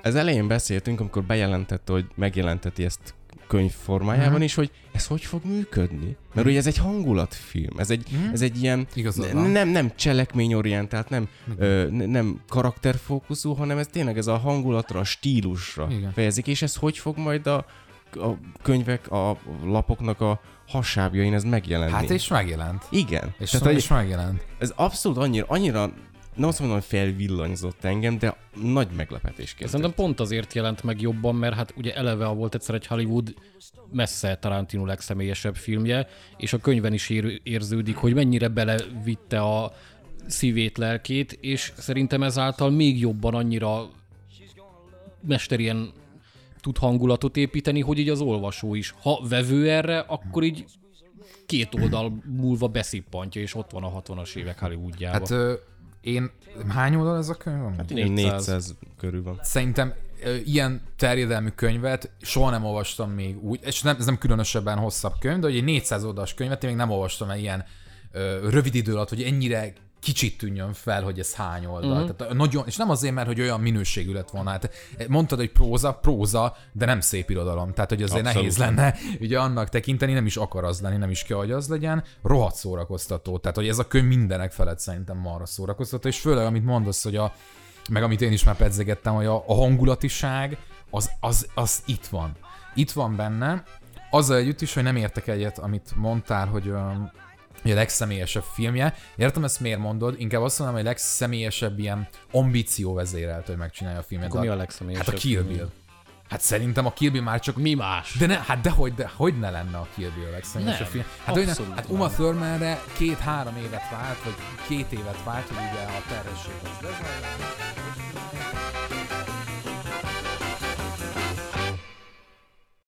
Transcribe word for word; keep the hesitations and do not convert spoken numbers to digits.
az elején beszéltünk, amikor bejelentette, hogy megjelenteti ezt könyv formájában uh-huh. is, hogy ez hogy fog működni. Mert ugye ez egy hangulatfilm, ez egy, uh-huh. ez egy ilyen n- nem, nem cselekményorientált, nem, ö, nem karakterfókuszú, hanem ez tényleg ez a hangulatra, a stílusra Igen. fejezik, és ez hogy fog majd a, a könyvek, a lapoknak a hasábjain ez megjelenni. Hát és megjelent. Igen. És Tehát, is megjelent. Ez abszolút annyira, annyira nem azt mondom, hogy felvillanyzott engem, de nagy meglepetésként. Szerintem pont azért jelent meg jobban, mert hát ugye eleve volt egyszer egy Hollywood messze Tarantino legszemélyesebb filmje, és a könyvben is ér- érződik, hogy mennyire belevitte a szívét, lelkét, és szerintem ezáltal még jobban annyira mesterien tud hangulatot építeni, hogy így az olvasó is. Ha vevő erre, akkor így két oldal múlva beszippantja, és ott van a hatvanas évek Hollywoodjában. Hát ö, én... Hány oldal ez a könyv? Hát négyszáz körül van. Szerintem ö, ilyen terjedelmű könyvet soha nem olvastam még úgy, és nem, ez nem különösebben hosszabb könyv, de hogy egy négyszáz oldalas könyvet én még nem olvastam el ilyen ö, rövid idő alatt, hogy ennyire kicsit tűnjön fel, hogy ez hány oldal. Uh-huh. Tehát nagyon, és nem azért, mert hogy olyan minőségű lett volna. Hát mondtad, hogy próza, próza, de nem szép irodalom. Tehát, hogy azért Abszolút. Nehéz lenne ugye annak tekinteni, nem is akar az lenni, nem is kell, hogy az legyen. Rohadt szórakoztató. Tehát, hogy ez a könyv mindenek felett szerintem marra szórakoztató, és főleg, amit mondasz, hogy a, meg amit én is már pedzegettem, hogy a, a hangulatiság, az, az, az itt van. Itt van benne. Azzal együtt is, hogy nem értek egyet, amit mondtál, hogy a legszemélyesebb filmje. Értem, ezt miért mondod? Inkább azt mondom, hogy a legszemélyesebb ilyen ambíció vezérelt, hogy megcsinálja a filmet. Akkor mi a legszemélyesebb? Hát a Kill Bill. Hát szerintem a Kill Bill már csak... Mi más? De ne, hát dehogy, de hogy ne lenne a Kill Bill a legszemélyesebb film? Hát, ne, hát Uma Thurmanre két-három évet várt, vagy két évet várt, hogy ugye a terhesség az lezajlott.